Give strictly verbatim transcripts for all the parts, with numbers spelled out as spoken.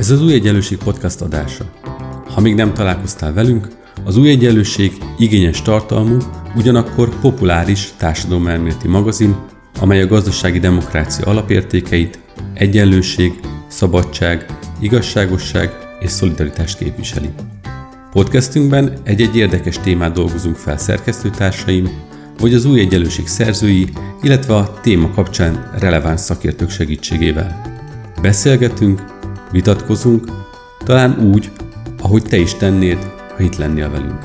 Ez az Új Egyenlőség podcast adása. Ha még nem találkoztál velünk, az Új Egyenlőség igényes tartalmú, ugyanakkor populáris társadalomelméleti magazin, amely a gazdasági demokrácia alapértékeit, egyenlőség, szabadság, igazságosság és szolidaritást képviseli. Podcastünkben egy-egy érdekes témát dolgozunk fel szerkesztőtársaim, vagy az Új Egyenlőség szerzői, illetve a téma kapcsán releváns szakértők segítségével. Beszélgetünk, vitatkozunk, talán úgy, ahogy te is tennéd, ha itt lennél velünk.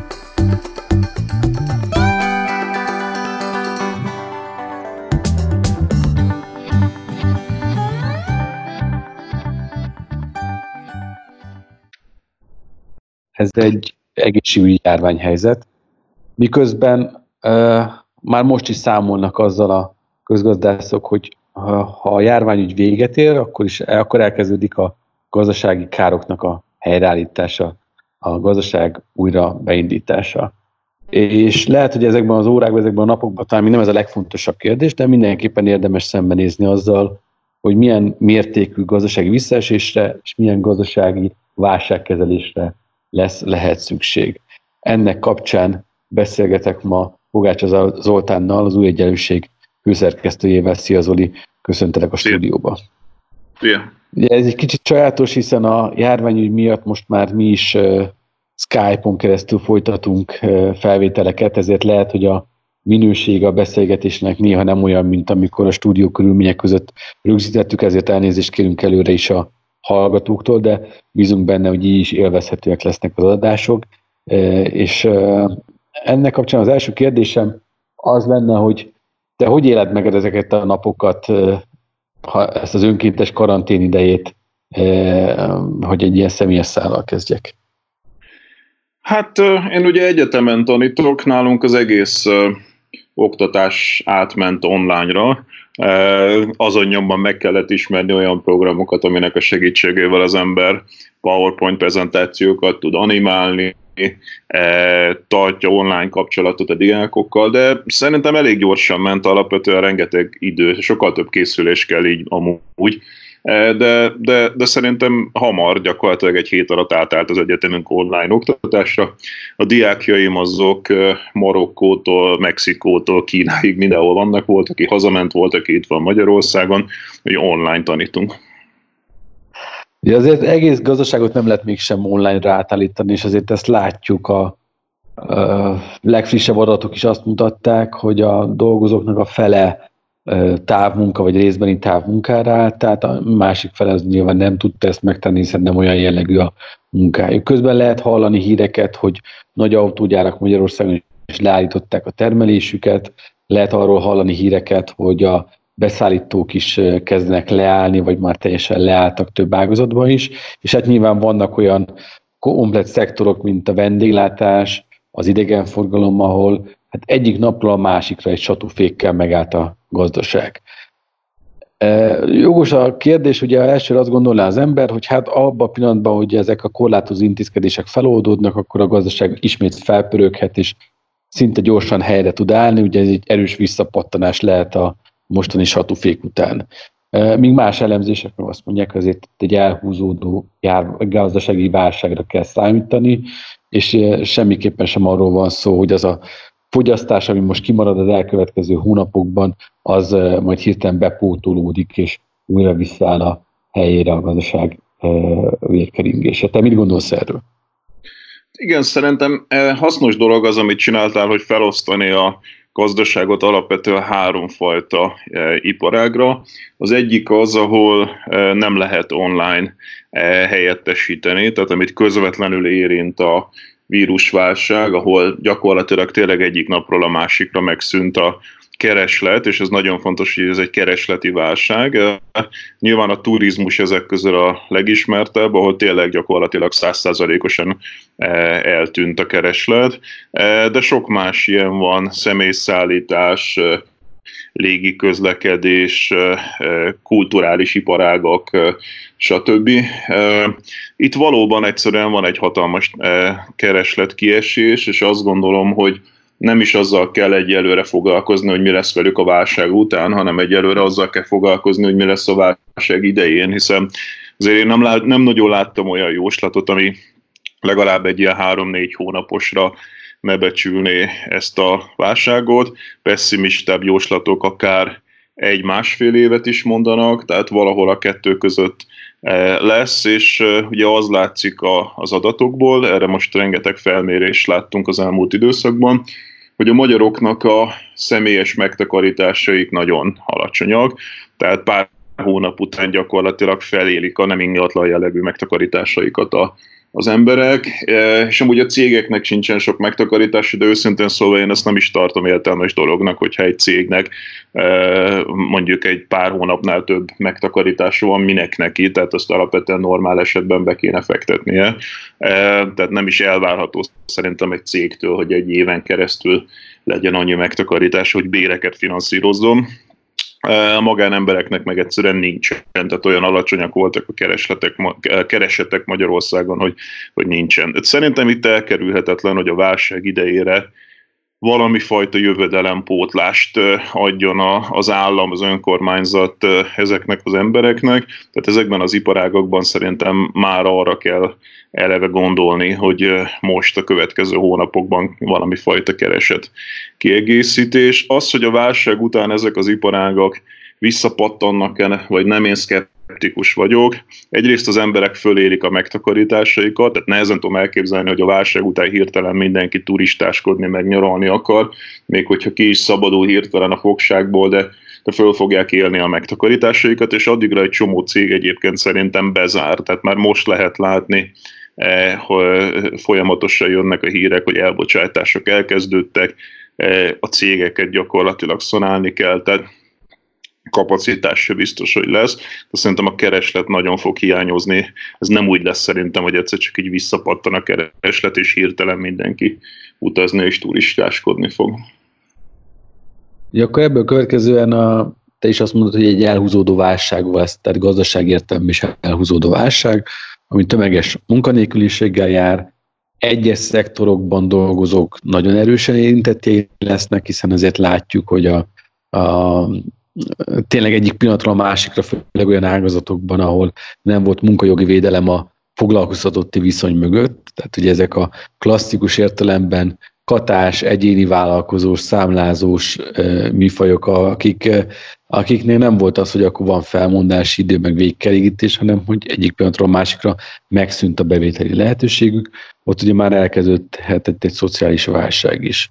Ez egy egészségügyi járványhelyzet, miközben uh, már most is számolnak azzal a közgazdászok, hogy ha a járványügy véget ér, akkor is akkor elkezdődik a gazdasági károknak a helyreállítása, a gazdaság újra beindítása. És lehet, hogy ezekben az órákban, ezekben a napokban talán nem ez a legfontosabb kérdés, de mindenképpen érdemes szembenézni azzal, hogy milyen mértékű gazdasági visszaesésre és milyen gazdasági válságkezelésre lesz, lehet szükség. Ennek kapcsán beszélgetek ma Pogács Zoltánnal, az Új Egyenlőség főszerkesztőjével. Szia Zoli, köszöntelek a stúdióba. Szia. Ugye ez egy kicsit sajátos, hiszen a járványügy miatt most már mi is uh, Skype-on keresztül folytatunk uh, felvételeket, ezért lehet, hogy a minőség a beszélgetésnek néha nem olyan, mint amikor a stúdió körülmények között rögzítettük, ezért elnézést kérünk előre is a hallgatóktól, de bízunk benne, hogy így is élvezhetőek lesznek az adások. Uh, és uh, ennek kapcsán az első kérdésem az lenne, hogy te hogy éled meg ezeket a napokat, ha ezt az önkéntes karantén idejét, hogy egy ilyen személyes szállal kezdjek? Hát én ugye egyetemen tanítok, nálunk az egész oktatás átment online-ra. Azon nyomban meg kellett ismerni olyan programokat, aminek a segítségével az ember PowerPoint prezentációkat tud animálni, tartja online kapcsolatot a diákokkal, de szerintem elég gyorsan ment, alapvetően rengeteg idő, sokkal több készülés kell így amúgy, de, de, de szerintem hamar, gyakorlatilag egy hét alatt átállt az egyetemünk online oktatásra. A diákjaim azok Marokkótól, Mexikótól, Kínáig mindenhol vannak, volt, aki hazament, volt, aki itt van Magyarországon, hogy online tanítunk. Ja, azért egész gazdaságot nem lehet mégsem online-ra átállítani, és azért ezt látjuk, a, a legfrissebb adatok is azt mutatták, hogy a dolgozóknak a fele távmunka, vagy részbeni távmunkára állt, tehát a másik fele az nyilván nem tudta ezt megtenni, hiszen nem olyan jellegű a munkájuk. Közben lehet hallani híreket, hogy nagy autógyárak Magyarországon is leállították a termelésüket, lehet arról hallani híreket, hogy a beszállítók is kezdenek leállni, vagy már teljesen leálltak több ágazatban is, és hát nyilván vannak olyan komplet szektorok, mint a vendéglátás, az idegenforgalom, ahol hát egyik napról a másikra egy satúfékkel megállt a gazdaság. E, jogos a kérdés, ugye elsőre azt gondolná az ember, hogy hát abban a pillanatban, hogy ezek a korlátozó intézkedések feloldódnak, akkor a gazdaság ismét felpöröghet, és szinte gyorsan helyre tud állni, ugye ez egy erős visszapattanás lehet a mostani satúfék után. Míg más elemzések meg azt mondják, hogy azért egy elhúzódó jár, gazdasági válságra kell számítani, és semmiképpen sem arról van szó, hogy az a fogyasztás, ami most kimarad az elkövetkező hónapokban, az majd hirtelen bepótolódik, és újra visszaáll a helyére a gazdaság vérkeringése. Te mit gondolsz erről? Igen, szerintem hasznos dolog az, amit csináltál, hogy felosztani a gazdaságot alapvetően háromfajta e, iparágra. Az egyik az, ahol e, nem lehet online e, helyettesíteni, tehát amit közvetlenül érint a vírusválság, ahol gyakorlatilag tényleg egyik napról a másikra megszűnt a kereslet, és ez nagyon fontos, hogy ez egy keresleti válság. Nyilván a turizmus ezek közül a legismertebb, ahol tényleg gyakorlatilag száz százalékosan eltűnt a kereslet, de sok más ilyen van, személyszállítás, légiközlekedés, kulturális iparágak, stb. Itt valóban egyszerűen van egy hatalmas keresletkiesés, és azt gondolom, hogy nem is azzal kell egyelőre foglalkozni, hogy mi lesz velük a válság után, hanem egyelőre azzal kell foglalkozni, hogy mi lesz a válság idején, hiszen azért én nem, lát, nem nagyon láttam olyan jóslatot, ami legalább egy ilyen három-négy hónaposra ne becsülné ezt a válságot. Pessimistább jóslatok akár egy-másfél évet is mondanak, tehát valahol a kettő között lesz, és ugye az látszik az adatokból, erre most rengeteg felmérést láttunk az elmúlt időszakban, hogy a magyaroknak a személyes megtakarításaik nagyon alacsonyak, tehát pár hónap után gyakorlatilag felélik a nem ingatlan jellegű megtakarításaikat a az emberek, és amúgy a cégeknek sincsen sok megtakarítás, de őszintén szólva én ezt nem is tartom értelmes dolognak, hogyha egy cégnek mondjuk egy pár hónapnál több megtakarítása van, minek neki, tehát azt alapvetően normál esetben be kéne fektetnie. Tehát nem is elvárható szerintem egy cégtől, hogy egy éven keresztül legyen annyi megtakarítás, hogy béreket finanszírozzon. A magánembereknek meg egyszerűen nincsen, tehát olyan alacsonyak voltak a keresletek, keresetek Magyarországon, hogy, hogy nincsen. Szerintem itt elkerülhetetlen, hogy a válság idejére valami fajta jövedelempótlást adjon az állam, az önkormányzat ezeknek az embereknek. Tehát ezekben az iparágokban szerintem már arra kell eleve gondolni, hogy most a következő hónapokban valami fajta kereset kiegészítés. Az, hogy a válság után ezek az iparágak visszapattannak-e, vagy nem, én szkeptikus vagyok. Egyrészt az emberek fölélik a megtakarításaikat, tehát nehezen tudom elképzelni, hogy a válság után hirtelen mindenki turistáskodni, meg nyaralni akar, még hogyha ki is szabadul hirtelen a fogságból, de, de föl fogják élni a megtakarításaikat, és addigra egy csomó cég egyébként szerintem bezár, tehát már most lehet látni, hogy folyamatosan jönnek a hírek, hogy elbocsátások elkezdődtek, a cégeket gyakorlatilag szanálni kell, tehát kapacitás se biztos, hogy lesz, de szerintem a kereslet nagyon fog hiányozni. Ez nem úgy lesz szerintem, hogy egyszer csak így visszapattan a kereslet, és hirtelen mindenki utazni és turistáskodni fog. Ja, akkor ebből következően a, te is azt mondod, hogy egy elhúzódó válság lesz, tehát gazdasági értelemben is elhúzódó válság, ami tömeges munkanélküliséggel jár, egyes szektorokban dolgozók nagyon erősen érintettjei lesznek, hiszen azért látjuk, hogy a, a tényleg egyik pillanatra a másikra, főleg olyan ágazatokban, ahol nem volt munkajogi védelem a foglalkoztatotti viszony mögött, tehát ugye ezek a klasszikus értelemben katás, egyéni vállalkozós, számlázós e, műfajok, akik, e, akiknél nem volt az, hogy akkor van felmondási idő, meg végkelégítés, hanem hogy egyik pillanatról a másikra megszűnt a bevételi lehetőségük, ott ugye már elkezdődhetett egy szociális válság is.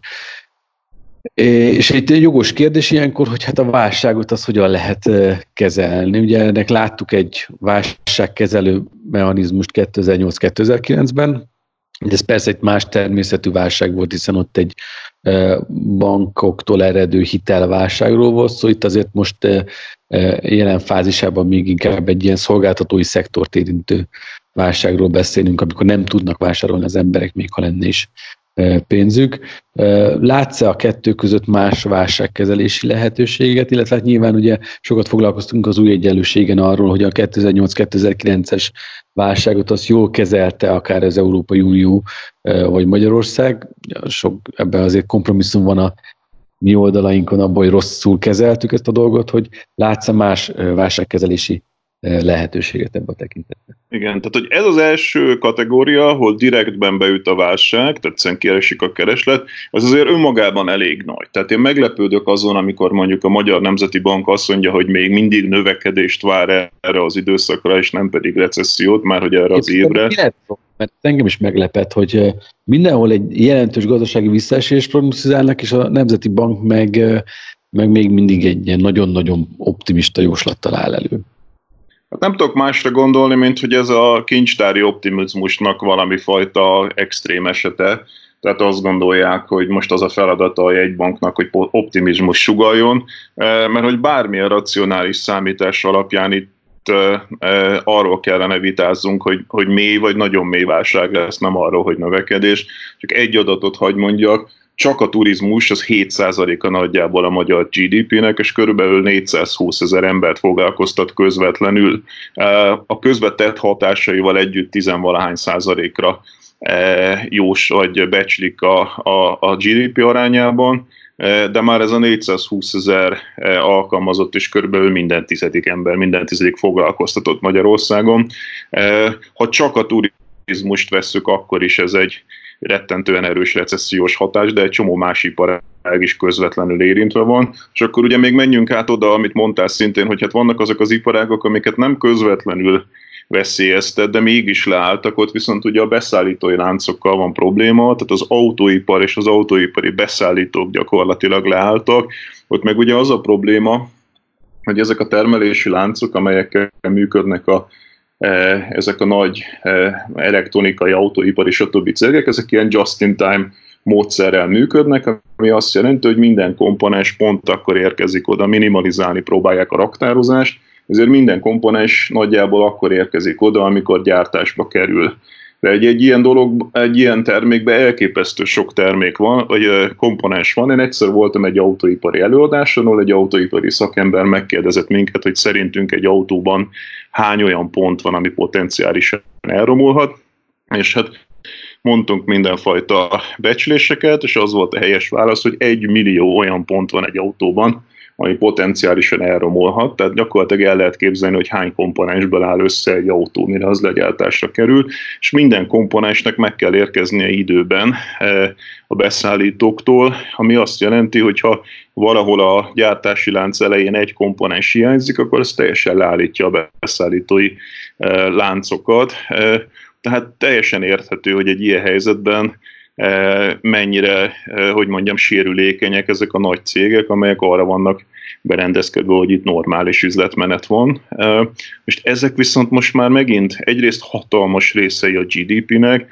És egy jogos kérdés ilyenkor, hogy hát a válságot az hogyan lehet kezelni. Ugye ennek láttuk egy válságkezelő mechanizmust kétezer-nyolc kétezer-kilencben, ez persze egy más természetű válság volt, hiszen ott egy bankoktól eredő hitelválságról volt szó, itt azért most jelen fázisában még inkább egy ilyen szolgáltatói szektort érintő válságról beszélünk, amikor nem tudnak vásárolni az emberek, még ha lenne is pénzük. Látsz-e a kettő között más válságkezelési lehetőséget, illetve hát nyilván ugye sokat foglalkoztunk az új egyenlőségen arról, hogy a kétezer-nyolc kétezer-kilences válságot azt jól kezelte akár az Európai Unió vagy Magyarország. Sok, ebben azért kompromisszum van a mi oldalainkon abban, hogy rosszul kezeltük ezt a dolgot, hogy látsz-e más válságkezelési lehetőséget ebben a tekintetben. Igen, tehát hogy ez az első kategória, ahol direktben beüt a válság, tehát egyszerűen kiesik a kereslet, az azért önmagában elég nagy. Tehát én meglepődök azon, amikor mondjuk a Magyar Nemzeti Bank azt mondja, hogy még mindig növekedést vár erre az időszakra, és nem pedig recessziót, már hogy erre az évre. Mert engem is meglepett, hogy mindenhol egy jelentős gazdasági visszaesést prognosztizálnak, és a Nemzeti Bank meg, meg még mindig egy ilyen nagyon-nagyon optimista jóslattal áll elő. Hát nem tudok másra gondolni, mint hogy ez a kincstári optimizmusnak valami fajta extrém esete. Tehát azt gondolják, hogy most az a feladata a jegybanknak, hogy optimizmus sugalljon, mert hogy bármilyen racionális számítás alapján itt arról kellene vitázzunk, hogy, hogy mély vagy nagyon mély válság lesz, nem arról, hogy növekedés. Csak egy adatot hagy mondjak, csak a turizmus az hét százaléka nagyjából a magyar gé dé pének, és körülbelül négyszázhúsz ezer embert foglalkoztat közvetlenül. A közvetett hatásaival együtt tizenvalahány százalékra jós, vagy becslik a, a, a gé dé pé arányában. de már ez a négyszázhúszezer alkalmazott és körülbelül minden tizedik ember, minden tizedik foglalkoztatott Magyarországon. Ha csak a turizmust vesszük, akkor is ez egy rettentően erős recessziós hatás, de egy csomó más iparág is közvetlenül érintve van. És akkor ugye még menjünk át oda, amit mondtál szintén, hogy hát vannak azok az iparágok, amiket nem közvetlenül veszélyeztet, de mégis leálltak, ott viszont ugye a beszállítói láncokkal van probléma, tehát az autóipar és az autóipari beszállítók gyakorlatilag leálltak. Ott meg ugye az a probléma, hogy ezek a termelési láncok, amelyekkel működnek a ezek a nagy elektronikai, autóipari, stb. Cégek, ezek ilyen just-in-time módszerrel működnek, ami azt jelenti, hogy minden komponens pont akkor érkezik oda, minimalizálni próbálják a raktározást, ezért minden komponens nagyjából akkor érkezik oda, amikor gyártásba kerül. De egy, egy ilyen dolog, egy ilyen termékben elképesztő sok termék van, vagy komponens van. Én egyszer voltam egy autóipari előadáson, ahol egy autóipari szakember megkérdezett minket, hogy szerintünk egy autóban hány olyan pont van, ami potenciálisan elromolhat, és hát mondtunk mindenfajta becsléseket, és az volt a helyes válasz, hogy egy millió olyan pont van egy autóban, ami potenciálisan elromolhat, tehát gyakorlatilag el lehet képzelni, hogy hány komponensből áll össze egy autó, mire az legyártásra kerül, és minden komponensnek meg kell érkeznie időben a beszállítóktól, ami azt jelenti, hogy ha valahol a gyártási lánc elején egy komponens hiányzik, akkor ez teljesen leállítja a beszállítói láncokat. Tehát teljesen érthető, hogy egy ilyen helyzetben mennyire, hogy mondjam, sérülékenyek ezek a nagy cégek, amelyek arra vannak berendezkedve, hogy itt normális üzletmenet van. Most ezek viszont most már megint egyrészt hatalmas részei a gé dé pének,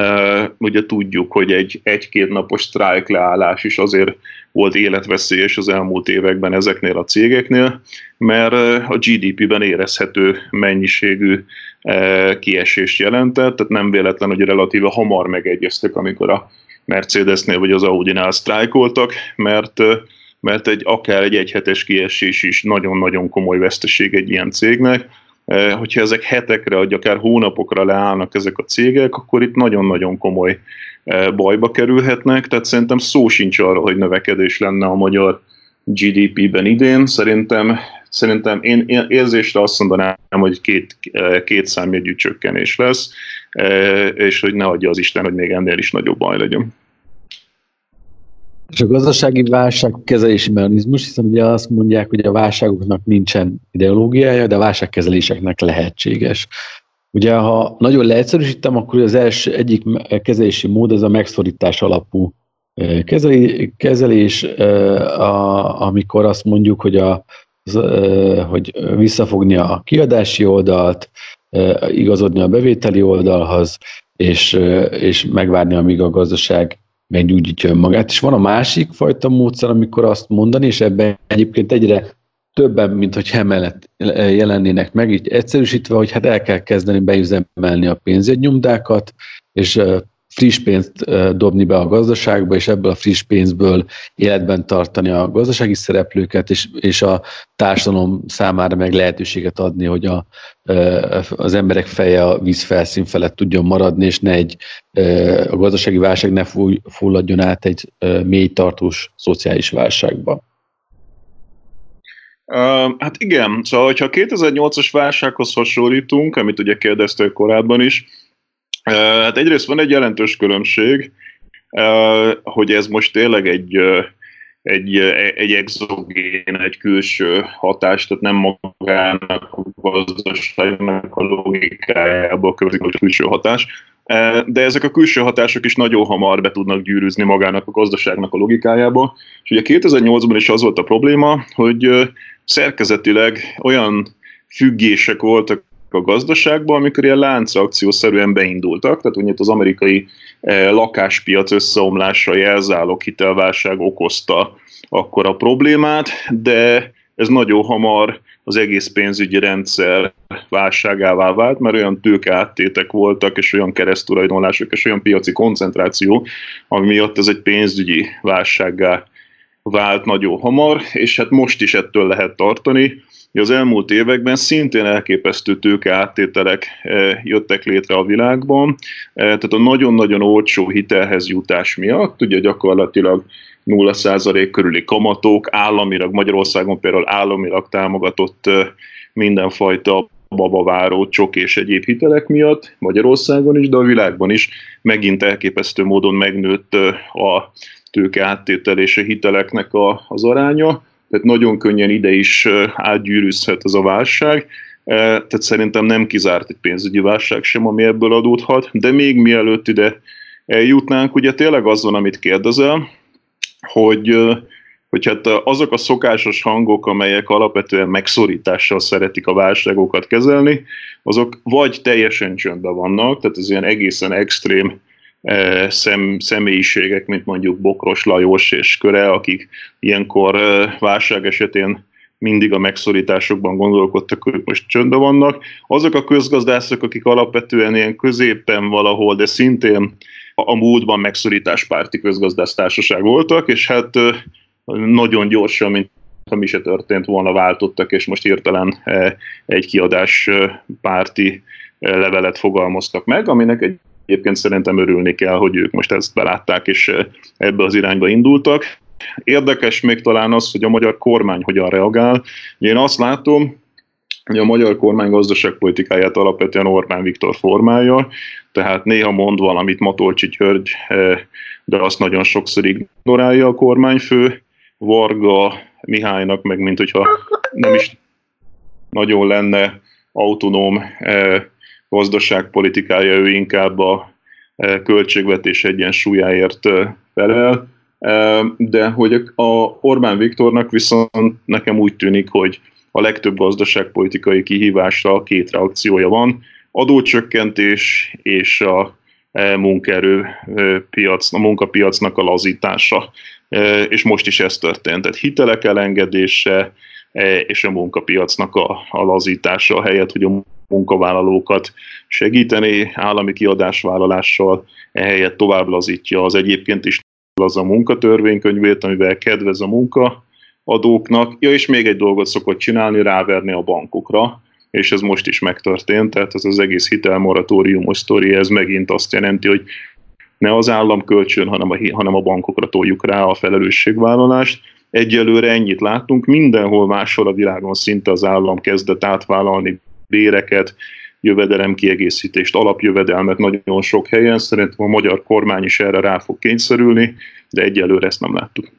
ugye tudjuk, hogy egy egy-két napos sztrájk leállás is azért volt életveszélyes az elmúlt években ezeknél a cégeknél, mert a gé dé pében érezhető mennyiségű kiesést jelentett, tehát nem véletlen, hogy relatíve hamar megegyeztek, amikor a Mercedesnél vagy az Audinál sztrájkoltak, mert, mert egy, akár egy egyhetes kiesés is nagyon-nagyon komoly veszteség egy ilyen cégnek. Hogyha ezek hetekre, vagy akár hónapokra leállnak ezek a cégek, akkor itt nagyon-nagyon komoly bajba kerülhetnek, tehát szerintem szó sincs arra, hogy növekedés lenne a magyar gé dé pében idén. Szerintem, szerintem én érzésre azt mondanám, hogy két, két számjegyű csökkenés lesz, és hogy ne adja az Isten, hogy még ennél is nagyobb baj legyen. És a gazdasági válságkezelési mechanizmus, hiszen ugye azt mondják, hogy a válságoknak nincsen ideológiája, de a válságkezeléseknek lehetséges. Ugye, ha nagyon leegyszerűsítem, akkor az első egyik kezelési mód az a megszorítás alapú kezelés, amikor azt mondjuk, hogy, a, hogy visszafogni a kiadási oldalt, igazodni a bevételi oldalhoz, és, és megvárni, amíg a gazdaság meggyógyítja önmagát. És van a másik fajta módszer, amikor azt mondani, és ebben egyébként egyre többen, mint hogy emellett jelennének meg, így egyszerűsítve, hogy hát el kell kezdeni beüzemelni a pénzjegynyomdákat, és friss pénzt dobni be a gazdaságba, és ebből a friss pénzből életben tartani a gazdasági szereplőket, és, és a társadalom számára meg lehetőséget adni, hogy a, az emberek feje a víz felszín felett tudjon maradni, és ne egy, a gazdasági válság ne fulladjon át egy mély tartós szociális válságba. Uh, hát igen, szóval, hogyha a kétezer-nyolcas válsághoz hasonlítunk, amit ugye kérdeztél korábban is, uh, hát egyrészt van egy jelentős különbség, uh, hogy ez most tényleg egy, uh, egy, egy exogén, egy külső hatás, tehát nem magának a gazdaságnak a logikájából következik a külső hatás, uh, de ezek a külső hatások is nagyon hamar be tudnak gyűrűzni magának a gazdaságnak a logikájába. És ugye kétezer-nyolcban is az volt a probléma, hogy uh, szerkezetileg olyan függések voltak a gazdaságban, amikor ilyen láncreakciószerűen beindultak, tehát ugye az amerikai eh, lakáspiac összeomlása, jelzálog hitelválság okozta akkor a problémát, de ez nagyon hamar az egész pénzügyi rendszer válságává vált, mert olyan tőkeáttétek voltak, és olyan keresztulajdonlások, és olyan piaci koncentráció, ami miatt ez egy pénzügyi válsággá vált nagyon hamar, és hát most is ettől lehet tartani, Az elmúlt években szintén elképesztő tőkeáttételek jöttek létre a világban, tehát a nagyon-nagyon olcsó hitelhez jutás miatt, ugye gyakorlatilag nulla százalék körüli kamatok, államilag, Magyarországon például államilag támogatott mindenfajta babaváró, csok és egyéb hitelek miatt, Magyarországon is, de a világban is megint elképesztő módon megnőtt a tőkeáttétel és a hiteleknek a, az aránya, tehát nagyon könnyen ide is átgyűrűzhet ez a válság, tehát szerintem nem kizárt egy pénzügyi válság sem, ami ebből adódhat, de még mielőtt ide eljutnánk, ugye tényleg az van, amit kérdezel, hogy, hogy hát azok a szokásos hangok, amelyek alapvetően megszorítással szeretik a válságokat kezelni, azok vagy teljesen csöndben vannak, tehát ez ilyen egészen extrém Szem, személyiségek, mint mondjuk Bokros Lajos és köre, akik ilyenkor válság esetén mindig a megszorításokban gondolkodtak, hogy most csöndben vannak. Azok a közgazdászok, akik alapvetően ilyen középen valahol, de szintén a múltban megszorításpárti közgazdásztársaság voltak, és hát nagyon gyorsan, mint ha mi se történt volna, váltottak, és most hirtelen egy kiadás párti levelet fogalmaztak meg, aminek egy Egyébként szerintem örülni kell, hogy ők most ezt belátták, és ebbe az irányba indultak. Érdekes még talán az, hogy a magyar kormány hogyan reagál. Én azt látom, hogy a magyar kormány gazdaságpolitikáját alapvetően Orbán Viktor formálja, tehát néha mond valamit Matolcsy György, de azt nagyon sokszor ignorálja a kormányfő. Varga Mihálynak meg, mint hogyha nem is nagyon lenne autonóm gazdaságpolitikája, ő inkább a költségvetés egyensúlyáért felel, de hogy a Orbán Viktornak viszont nekem úgy tűnik, hogy a legtöbb gazdaságpolitikai kihívásra két reakciója van, adócsökkentés és a munkaerőpiac, a munkapiacnak a lazítása, és most is ez történt, tehát hitelek elengedése és a munkapiacnak a, a lazítása helyett, hogy a munkavállalókat segíteni állami kiadásvállalással, ehelyett tovább lazítja az egyébként is az a munkatörvénykönyvét, amivel kedvez a munkaadóknak. Ja, és még egy dolgot szokott csinálni, ráverni a bankokra, és ez most is megtörtént, tehát ez az egész hitelmoratóriumos sztori, ez megint azt jelenti, hogy ne az állam kölcsön, hanem a, hanem a bankokra toljuk rá a felelősségvállalást. Egyelőre ennyit látunk, mindenhol máshol a világon szinte az állam kezdett átvállalni béreket, jövedelemkiegészítést, alapjövedelmet nagyon sok helyen. Szerintem a magyar kormány is erre rá fog kényszerülni, de egyelőre ezt nem láttuk.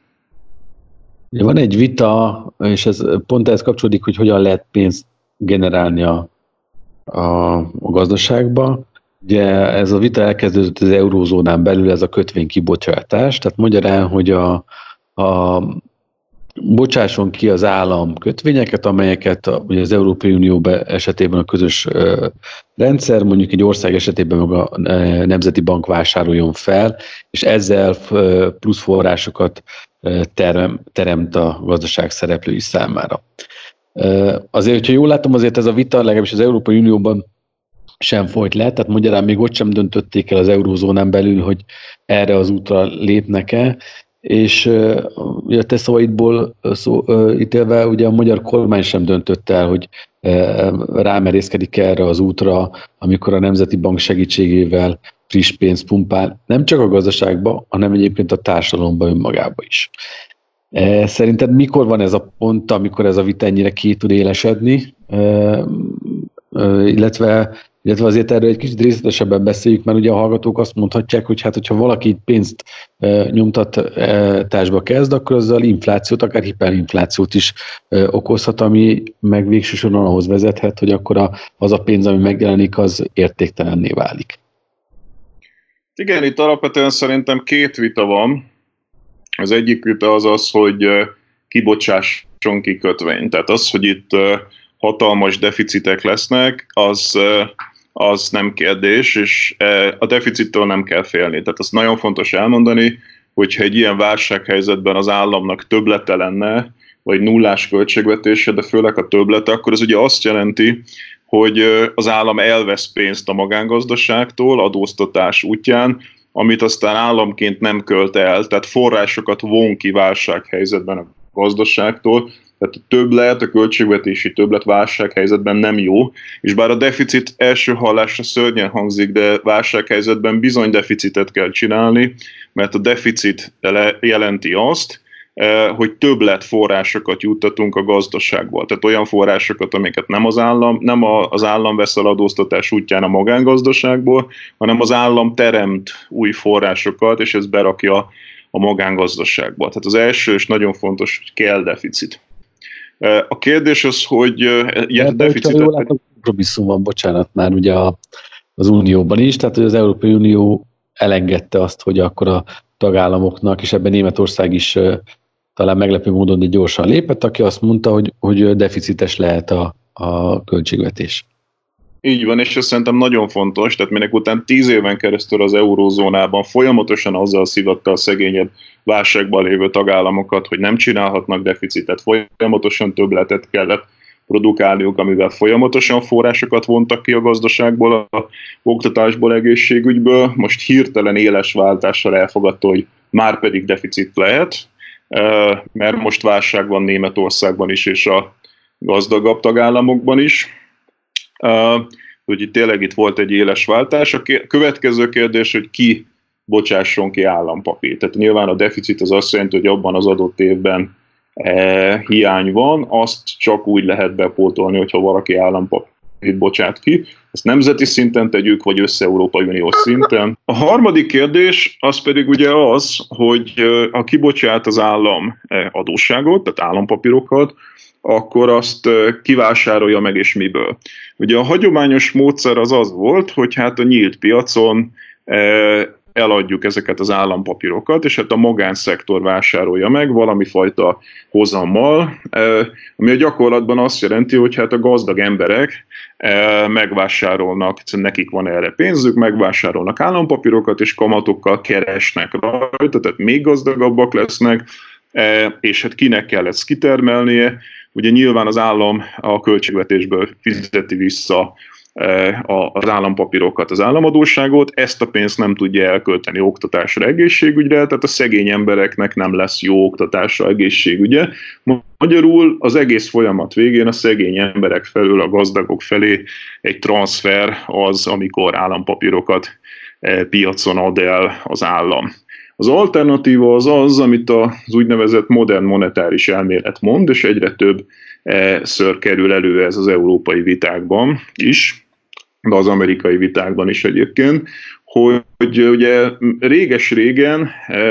Van egy vita, és ez pont ehhez kapcsolódik, hogy hogyan lehet pénzt generálni a, a, a gazdaságba. Ugye ez a vita elkezdődött az eurózónán belül, ez a kötvénykibocsátás, tehát magyarán, hogy a, a bocsásson ki az állam kötvényeket, amelyeket ugye az Európai Unió esetében a közös rendszer, mondjuk egy ország esetében meg a Nemzeti Bank vásároljon fel, és ezzel plusz forrásokat terem, teremt a gazdaság szereplői számára. Azért, hogyha jól látom, azért ez a vita legalábbis az Európai Unióban sem folyt le, tehát magyarán még ott sem döntötték el az eurózónán belül, hogy erre az útra lépnek-e, és uh, a te szavaidból szó, uh, ítélve, ugye a magyar kormány sem döntött el, hogy uh, rámerészkedik erre az útra, amikor a Nemzeti Bank segítségével friss pénzt pumpál, nem csak a gazdaságba, hanem egyébként a társadalomba önmagába is. Uh, szerinted mikor van ez a pont, amikor ez a vita ennyire ki tud élesedni, uh, uh, illetve illetve azért erről egy kicsit részletesebben beszéljük, mert ugye a hallgatók azt mondhatják, hogy hát, hogyha valaki pénzt e, nyomtatásba kezd, akkor azzal inflációt, akár hiperinflációt is e, okozhat, ami meg végső soron ahhoz vezethet, hogy akkor a, az a pénz, ami megjelenik, az értéktelenné válik. Igen, itt alapvetően szerintem két vita van. Az egyik vita az az, hogy kibocsásson ki kötvény. Tehát az, hogy itt hatalmas deficitek lesznek, az... az nem kérdés, és a deficittől nem kell félni. Tehát azt nagyon fontos elmondani, hogyha egy ilyen válsághelyzetben az államnak többlete lenne, vagy nullás költségvetése, de főleg a többlete, akkor ez ugye azt jelenti, hogy az állam elvesz pénzt a magángazdaságtól adóztatás útján, amit aztán államként nem költ el, tehát forrásokat von ki válsághelyzetben a gazdaságtól, Tehát a többlet, a költségvetési többlet válsághelyzetben nem jó, és bár a deficit első hallásra szörnyen hangzik, de válsághelyzetben bizony deficitet kell csinálni, mert a deficit jelenti azt, hogy többlet forrásokat juttatunk a gazdaságból. Tehát olyan forrásokat, amiket nem az állam, nem az állam vesz el adóztatás útján a magángazdaságból, hanem az állam teremt új forrásokat, és ez berakja a magángazdaságba. Tehát az első és nagyon fontos, hogy kell deficit. A kérdés az, hogy ilyen deficitet... Jól látom, kompromisszum van, bocsánat, már ugye az Unióban is, tehát hogy az Európai Unió elengedte azt, hogy akkor a tagállamoknak, és ebben Németország is talán meglepő módon, de gyorsan lépett, aki azt mondta, hogy, hogy deficites lehet a, a költségvetés. Így van, és ez szerintem nagyon fontos, tehát minek után tíz éven keresztül az eurózónában folyamatosan azzal szivatta a szegényebb válságban lévő tagállamokat, hogy nem csinálhatnak deficitet, folyamatosan többletet kellett produkálniuk, amivel folyamatosan forrásokat vontak ki a gazdaságból, a oktatásból, egészségügyből. Most hirtelen éles váltással elfogadta, hogy már pedig deficit lehet, mert most válság van Németországban is, és a gazdagabb tagállamokban is. Úgyhogy tényleg itt volt egy éles váltás. A következő kérdés, hogy ki bocsásson ki állampapírt. Tehát nyilván a deficit az azt jelenti, hogy abban az adott évben E, hiány van, azt csak úgy lehet bepótolni, hogyha valaki állampapírt bocsát ki. Ezt nemzeti szinten tegyük, vagy össze-Európai Uniós szinten. A harmadik kérdés az pedig ugye az, hogy ha kibocsát az állam adósságot, tehát állampapírokat, akkor azt kivásárolja meg és miből. Ugye a hagyományos módszer az az volt, hogy hát a nyílt piacon eladjuk ezeket az állampapírokat, és hát a magánszektor vásárolja meg valami fajta hozammal, ami a gyakorlatban azt jelenti, hogy hát a gazdag emberek megvásárolnak, nekik van erre pénzük, megvásárolnak állampapírokat, és kamatokkal keresnek rajta, tehát még gazdagabbak lesznek, és hát kinek kell ezt kitermelnie. Ugye nyilván az állam a költségvetésből fizeti vissza az állampapírokat, az államadósságot, ezt a pénzt nem tudja elkölteni oktatásra, egészségügyre, tehát a szegény embereknek nem lesz jó oktatásra, egészségügye. Magyarul az egész folyamat végén a szegény emberek felől a gazdagok felé egy transfer az, amikor állampapírokat piacon ad el az állam. Az alternatíva az az, amit az úgynevezett modern monetáris elmélet mond, és egyre több ször kerül elő ez az európai vitákban is, de az amerikai vitákban is egyébként, hogy ugye réges-régen,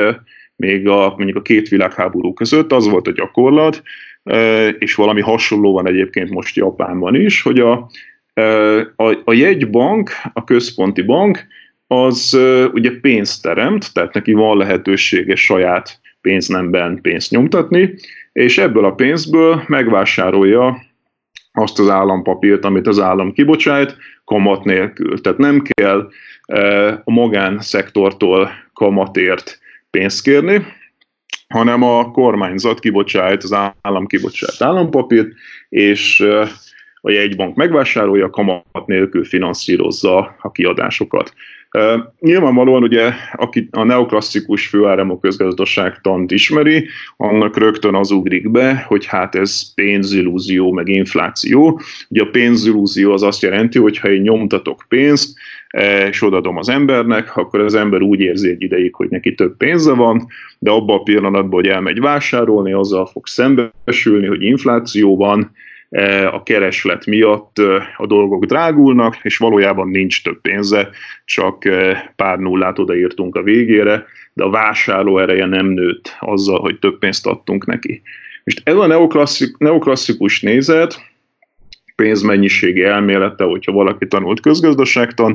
még a, mondjuk a két világháború között az volt a gyakorlat, és valami hasonló van egyébként most Japánban is, hogy a, a, a jegybank, a központi bank, az ugye pénzt teremt, tehát neki van lehetősége saját pénznemben pénzt nyomtatni, és ebből a pénzből megvásárolja azt az állampapírt, amit az állam kibocsájt, kamat nélkül. Tehát nem kell a magánszektortól kamatért pénzt kérni, hanem a kormányzat kibocsájt, az állam kibocsájt állampapírt, és a jegybank megvásárolja, kamat nélkül finanszírozza a kiadásokat. Uh, nyilvánvalóan ugye, aki a neoklasszikus főáramú közgazdaságtant ismeri, annak rögtön az ugrik be, hogy hát ez pénzillúzió, meg infláció. Ugye a pénzillúzió az azt jelenti, hogy ha én nyomtatok pénzt, és odaadom az embernek, akkor az ember úgy érzi egy ideig, hogy neki több pénze van, de abban a pillanatban, hogy elmegy vásárolni, azzal fog szembesülni, hogy infláció van, a kereslet miatt a dolgok drágulnak, és valójában nincs több pénze, csak pár nullát odaírtunk a végére, de a vásárló ereje nem nőtt azzal, hogy több pénzt adtunk neki. És ez a neoklasszik, neoklasszikus nézet, pénzmennyiségi elmélete, hogyha valaki tanult közgazdaságtan,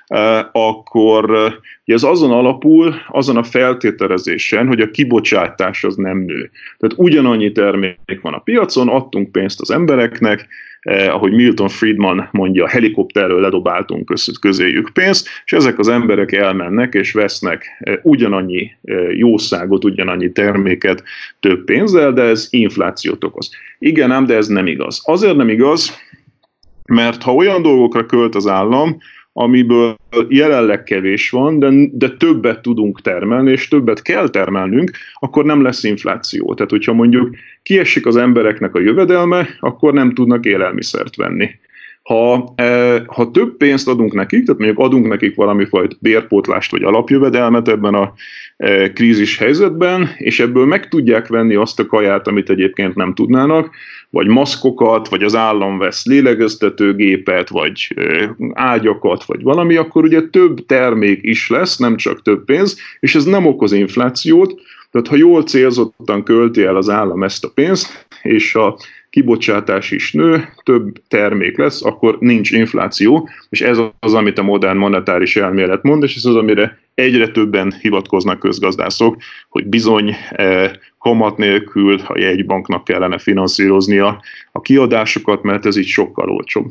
akkor ez azon alapul, azon a feltételezésen, hogy a kibocsátás az nem nő. Tehát ugyanannyi termék van a piacon, adtunk pénzt az embereknek, eh, ahogy Milton Friedman mondja, a helikopterről ledobáltunk közéjük pénzt, és ezek az emberek elmennek és vesznek eh, ugyanannyi eh, jószágot, ugyanannyi terméket több pénzzel, de ez inflációt okoz. Igen ám, de ez nem igaz. Azért nem igaz, mert ha olyan dolgokra költ az állam, amiből jelenleg kevés van, de, de többet tudunk termelni, és többet kell termelnünk, akkor nem lesz infláció. Tehát, hogyha mondjuk kiesik az embereknek a jövedelme, akkor nem tudnak élelmiszert venni. Ha, eh, ha több pénzt adunk nekik, tehát mondjuk adunk nekik valamifajta bérpótlást vagy alapjövedelmet ebben a eh, krízis helyzetben, és ebből meg tudják venni azt a kaját, amit egyébként nem tudnának, vagy maszkokat, vagy az állam vesz lélegeztetőgépet, vagy eh, ágyakat, vagy valami, akkor ugye több termék is lesz, nem csak több pénz, és ez nem okoz inflációt, tehát ha jól célzottan költi el az állam ezt a pénzt, és a kibocsátás is nő, több termék lesz, akkor nincs infláció, és ez az, amit a modern monetáris elmélet mond, és ez az, amire egyre többen hivatkoznak közgazdászok, hogy bizony eh, kamat nélkül a jegybanknak kellene finanszíroznia a kiadásokat, mert ez így sokkal olcsóbb.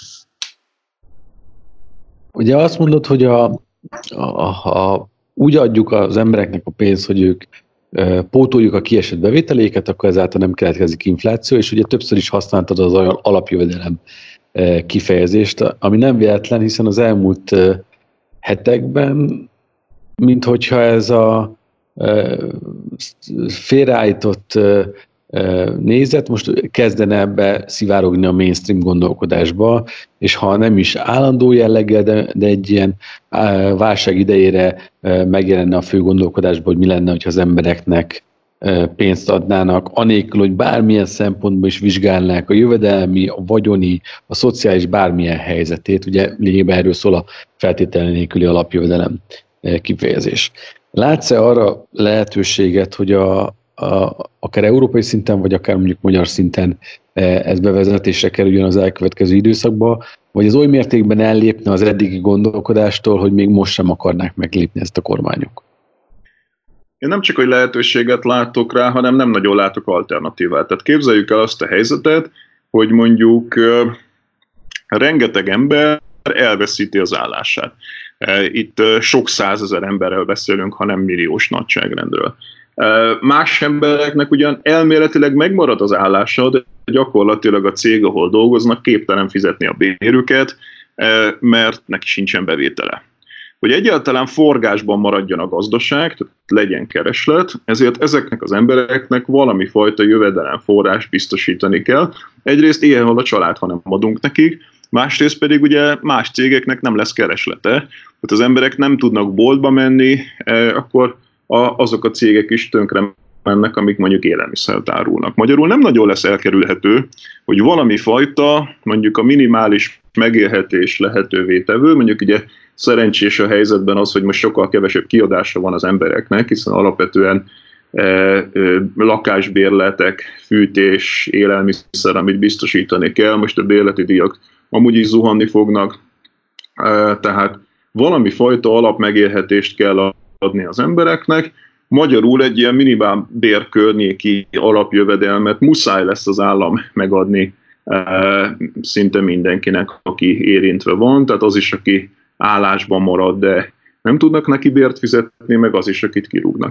Ugye azt mondod, hogy a, a, a, úgy adjuk az embereknek a pénzt, hogy ők pótoljuk a kiesett bevételéket, akkor ezáltal nem keletkezik infláció, és ugye többször is használtad az alapjövedelem kifejezést, ami nem véletlen, hiszen az elmúlt hetekben, minthogyha ez a félreállított nézet most kezdene ebbe szivárogni a mainstream gondolkodásba, és ha nem is állandó jelleggel, de, de egy ilyen válság idejére megjelenne a fő gondolkodásban, hogy mi lenne, hogyha az embereknek pénzt adnának, anélkül, hogy bármilyen szempontból is vizsgálnák a jövedelmi, a vagyoni, a szociális bármilyen helyzetét. Ugye lényegében erről szól a feltételen nélküli alapjövedelem kifejezés. Látsz-e arra lehetőséget, hogy a A, akár európai szinten, vagy akár mondjuk magyar szinten ez bevezetésre kerüljön az elkövetkező időszakban, vagy az oly mértékben ellépne az eddigi gondolkodástól, hogy még most sem akarnák meglépni ezt a kormányok? Én nem csak, hogy lehetőséget látok rá, hanem nem nagyon látok alternatívát. Tehát képzeljük el azt a helyzetet, hogy mondjuk uh, rengeteg ember elveszíti az állását. Uh, itt uh, sok százezer emberrel beszélünk, hanem milliós nagyságrendről. Más embereknek ugyan elméletileg megmarad az állása, de gyakorlatilag a cég, ahol dolgoznak, képtelen fizetni a bérüket, mert neki sincsen bevétele. Hogy egyáltalán forgásban maradjon a gazdaság, tehát legyen kereslet, ezért ezeknek az embereknek valami fajta jövedelemforrás biztosítani kell. Egyrészt ilyen hal a család, ha nem adunk nekik, másrészt pedig ugye más cégeknek nem lesz kereslete. Tehát az emberek nem tudnak boltba menni, akkor azok a cégek is tönkre mennek, amik mondjuk élelmiszert árulnak. Magyarul nem nagyon lesz elkerülhető, hogy valami fajta, mondjuk a minimális megélhetés lehetővé tevő, mondjuk ugye szerencsés a helyzetben az, hogy most sokkal kevesebb kiadása van az embereknek, hiszen alapvetően e, e, lakásbérletek, fűtés, élelmiszer, amit biztosítani kell, most a bérleti díjak amúgy is zuhanni fognak, e, tehát valami fajta alapmegélhetést kell adni az embereknek, magyarul egy ilyen minimálbér környéki alapjövedelmet muszáj lesz az állam megadni e, szinte mindenkinek, aki érintve van, tehát az is, aki állásban marad, de nem tudnak neki bért fizetni, meg az is, akit kirúgnak.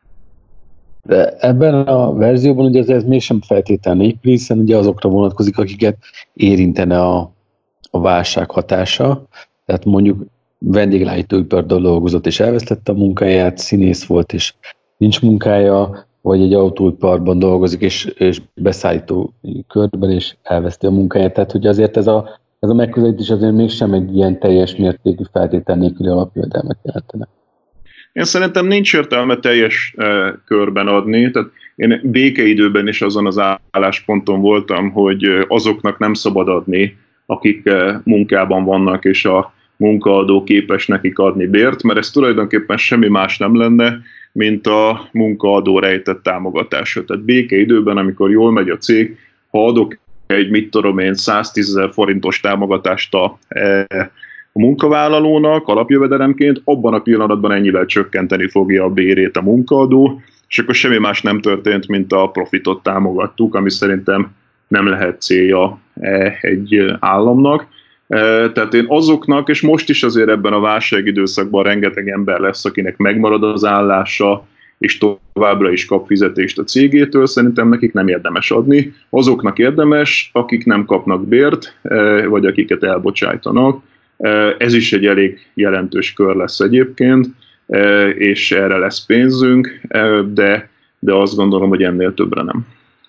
De ebben a verzióban ugye ez mégsem feltétlenül épül, hiszen ugye azokra vonatkozik, akiket érintene a, a válság hatása, tehát mondjuk vendéglátóiparban dolgozott és elvesztette a munkáját, színész volt és nincs munkája, vagy egy autóiparban dolgozik és, és beszállító körben és elveszti a munkáját. Tehát hogy azért ez a, ez a megközelítés azért mégsem egy ilyen teljes mértékű feltétel nélküli alapjövedelmet jelentene. Én szerintem nincs értelme teljes uh, körben adni, tehát én békeidőben is azon az állásponton voltam, hogy azoknak nem szabad adni, akik uh, munkában vannak, és a munkaadó képes nekik adni bért, mert ez tulajdonképpen semmi más nem lenne, mint a munkaadó rejtett támogatása. Tehát békeidőben, amikor jól megy a cég, ha adok egy, mit tudom én, száztízezer forintos támogatást a, a munkavállalónak alapjövedelemként, abban a pillanatban ennyivel csökkenteni fogja a bérét a munkaadó, és akkor semmi más nem történt, mint a profitot támogattuk, ami szerintem nem lehet célja egy államnak. Tehát én azoknak, és most is azért ebben a válságidőszakban rengeteg ember lesz, akinek megmarad az állása, és továbbra is kap fizetést a cégétől, szerintem nekik nem érdemes adni. Azoknak érdemes, akik nem kapnak bért, vagy akiket elbocsájtanak, Ez is egy elég jelentős kör lesz egyébként, és erre lesz pénzünk, de, de azt gondolom, hogy ennél többre nem.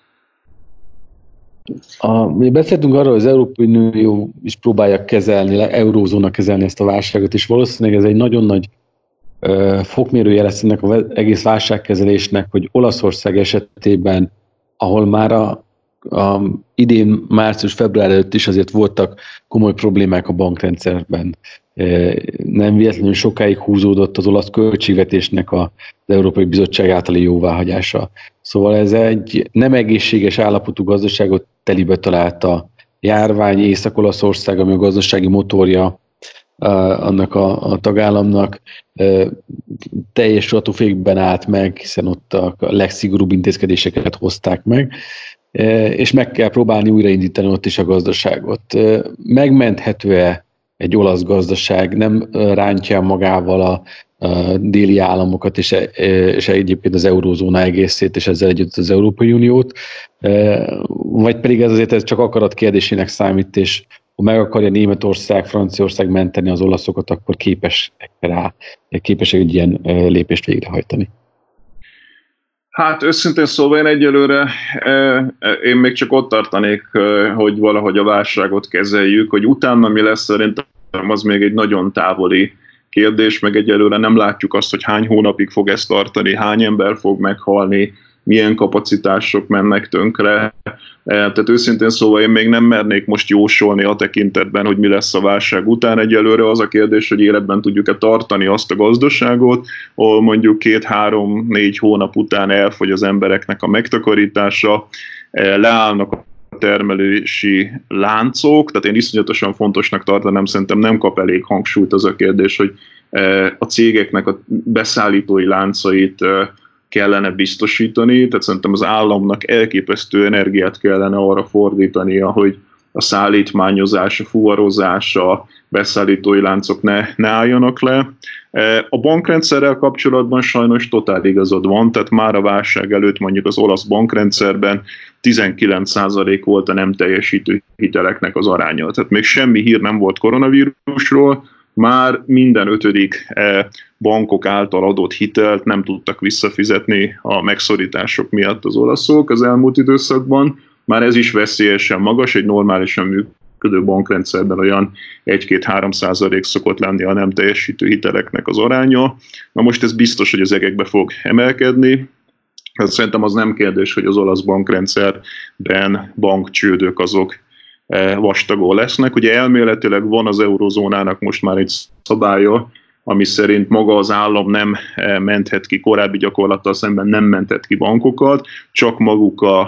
A, mi beszéltünk arról, hogy az Európai Unió is próbálja kezelni, eurózónak kezelni ezt a válságot, és valószínűleg ez egy nagyon nagy ö, fokmérője lesz ennek az egész válságkezelésnek, hogy Olaszország esetében, ahol már a, a idén március-február előtt is azért voltak komoly problémák a bankrendszerben. Nem véletlenül sokáig húzódott az olasz költségvetésnek az Európai Bizottság általi jóváhagyása. Szóval ez egy nem egészséges állapotú gazdaságot telibe talált a járvány. Észak-Olaszország, ami a gazdasági motorja annak a, a tagállamnak, teljes sortúfékben állt meg, hiszen ott a legszigorúbb intézkedéseket hozták meg, és meg kell próbálni újraindítani ott is a gazdaságot. Megmenthető-e egy olasz gazdaság, nem rántja magával a, a déli államokat, és, és egyébként az eurózóna egészét, és ezzel együtt az Európai Uniót, vagy pedig ez azért ez csak akarat kérdésének számít, és ha meg akarja Németország, Franciaország menteni az olaszokat, akkor képes rá, képesek egy ilyen lépést végrehajtani. Hát őszintén szóval én egyelőre, én még csak ott tartanék, hogy valahogy a válságot kezeljük, hogy utána mi lesz, szerintem az még egy nagyon távoli kérdés, meg egyelőre nem látjuk azt, hogy hány hónapig fog ezt tartani, hány ember fog meghalni, milyen kapacitások mennek tönkre. Tehát őszintén szóval én még nem mernék most jósolni a tekintetben, hogy mi lesz a válság után. Egyelőre az a kérdés, hogy életben tudjuk-e tartani azt a gazdaságot, ahol mondjuk két-három-négy hónap után elfogy az embereknek a megtakarítása, leállnak a termelési láncok, tehát én iszonyatosan fontosnak tartanám, szerintem nem kap elég hangsúlyt az a kérdés, hogy a cégeknek a beszállítói láncait kellene biztosítani, tehát szerintem az államnak elképesztő energiát kellene arra fordítania, hogy a szállítmányozás, a fuvarozás, a beszállítói láncok ne, ne álljanak le. A bankrendszerrel kapcsolatban sajnos totál igazad van, tehát már a válság előtt mondjuk az olasz bankrendszerben tizenkilenc százalék volt a nem teljesítő hiteleknek az aránya. Tehát még semmi hír nem volt koronavírusról, már minden ötödik bankok által adott hitelt nem tudtak visszafizetni a megszorítások miatt az olaszok az elmúlt időszakban. Már ez is veszélyesen magas, egy normálisan működő bankrendszerben olyan egy-két-három százalék szokott lenni a nem teljesítő hiteleknek az aránya. Na most ez biztos, hogy az egekbe fog emelkedni. Hát szerintem az nem kérdés, hogy az olasz bankrendszerben bankcsődök azok vastagon lesznek. Ugye elméletileg van az eurozónának most már egy szabálya, ami szerint maga az állam nem menthet ki, korábbi gyakorlattal szemben nem menthet ki bankokat, csak maguk a,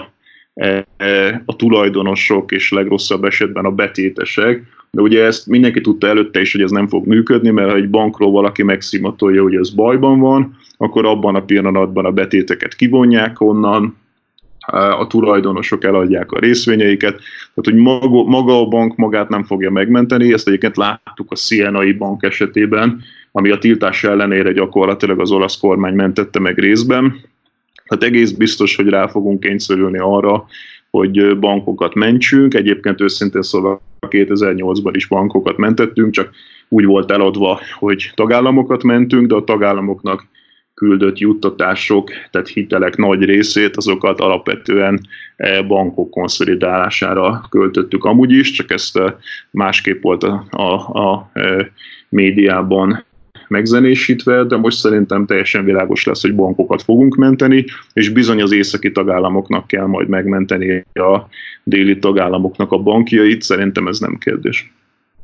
a tulajdonosok és legrosszabb esetben a betétesek. De ugye ezt mindenki tudta előtte is, hogy ez nem fog működni, mert ha egy bankról valaki megszimatolja, hogy ez bajban van, akkor abban a pillanatban a betéteket kivonják onnan, a tulajdonosok eladják a részvényeiket, tehát hogy maga, maga a bank magát nem fogja megmenteni, ezt egyébként láttuk a Sienai bank esetében, ami a tiltás ellenére gyakorlatilag az olasz kormány mentette meg részben. Tehát egész biztos, hogy rá fogunk kényszerülni arra, hogy bankokat mentsünk, egyébként őszintén szóval kétezer-nyolcban is bankokat mentettünk, csak úgy volt eladva, hogy tagállamokat mentünk, de a tagállamoknak küldött juttatások, tehát hitelek nagy részét, azokat alapvetően bankok konszolidálására költöttük amúgy is, csak ezt másképp volt a, a, a médiában megzenésítve, de most szerintem teljesen világos lesz, hogy bankokat fogunk menteni, és bizony az északi tagállamoknak kell majd megmenteni a déli tagállamoknak a bankjait, szerintem ez nem kérdés.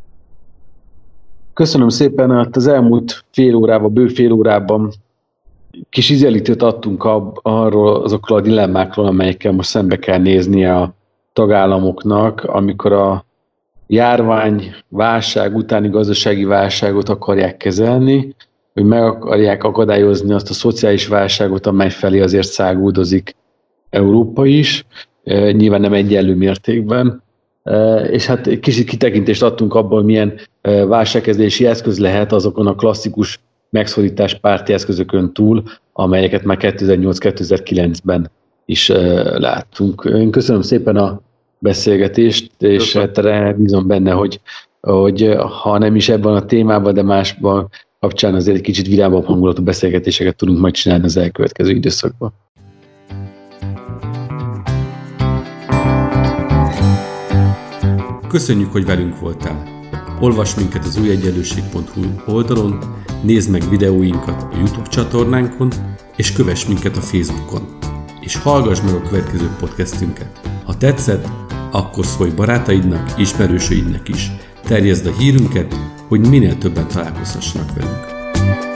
Köszönöm szépen, hát az elmúlt fél órában, bő fél órában kis ízelítőt adtunk arról, azokról a dilemmákról, amelyekkel most szembe kell néznie a tagállamoknak, amikor a járvány válság utáni gazdasági válságot akarják kezelni, hogy meg akarják akadályozni azt a szociális válságot, amely felé azért száguldozik Európa is, nyilván nem egyenlő mértékben, és hát egy kicsit kitekintést adtunk abban, hogy milyen válságkezelési eszköz lehet azokon a klasszikus megszorítás párti eszközökön túl, amelyeket már kétezer-nyolc-kétezer-kilencben is láttunk. Én köszönöm szépen a beszélgetést, és hát bízom benne, hogy hogy ha nem is ebben a témában, de másban kapcsán azért egy kicsit vidámabb hangulatú beszélgetéseket tudunk majd csinálni az elkövetkező időszakban. Köszönjük, hogy velünk voltál! Olvasd minket az új egyenlőség pont hu oldalon, nézd meg videóinkat a YouTube csatornánkon, és kövess minket a Facebookon. És hallgass meg a következő podcastünket. Ha tetszett, akkor szólj barátaidnak, ismerősöidnek is. Terjeszd a hírünket, hogy minél többen találkozhassanak velünk.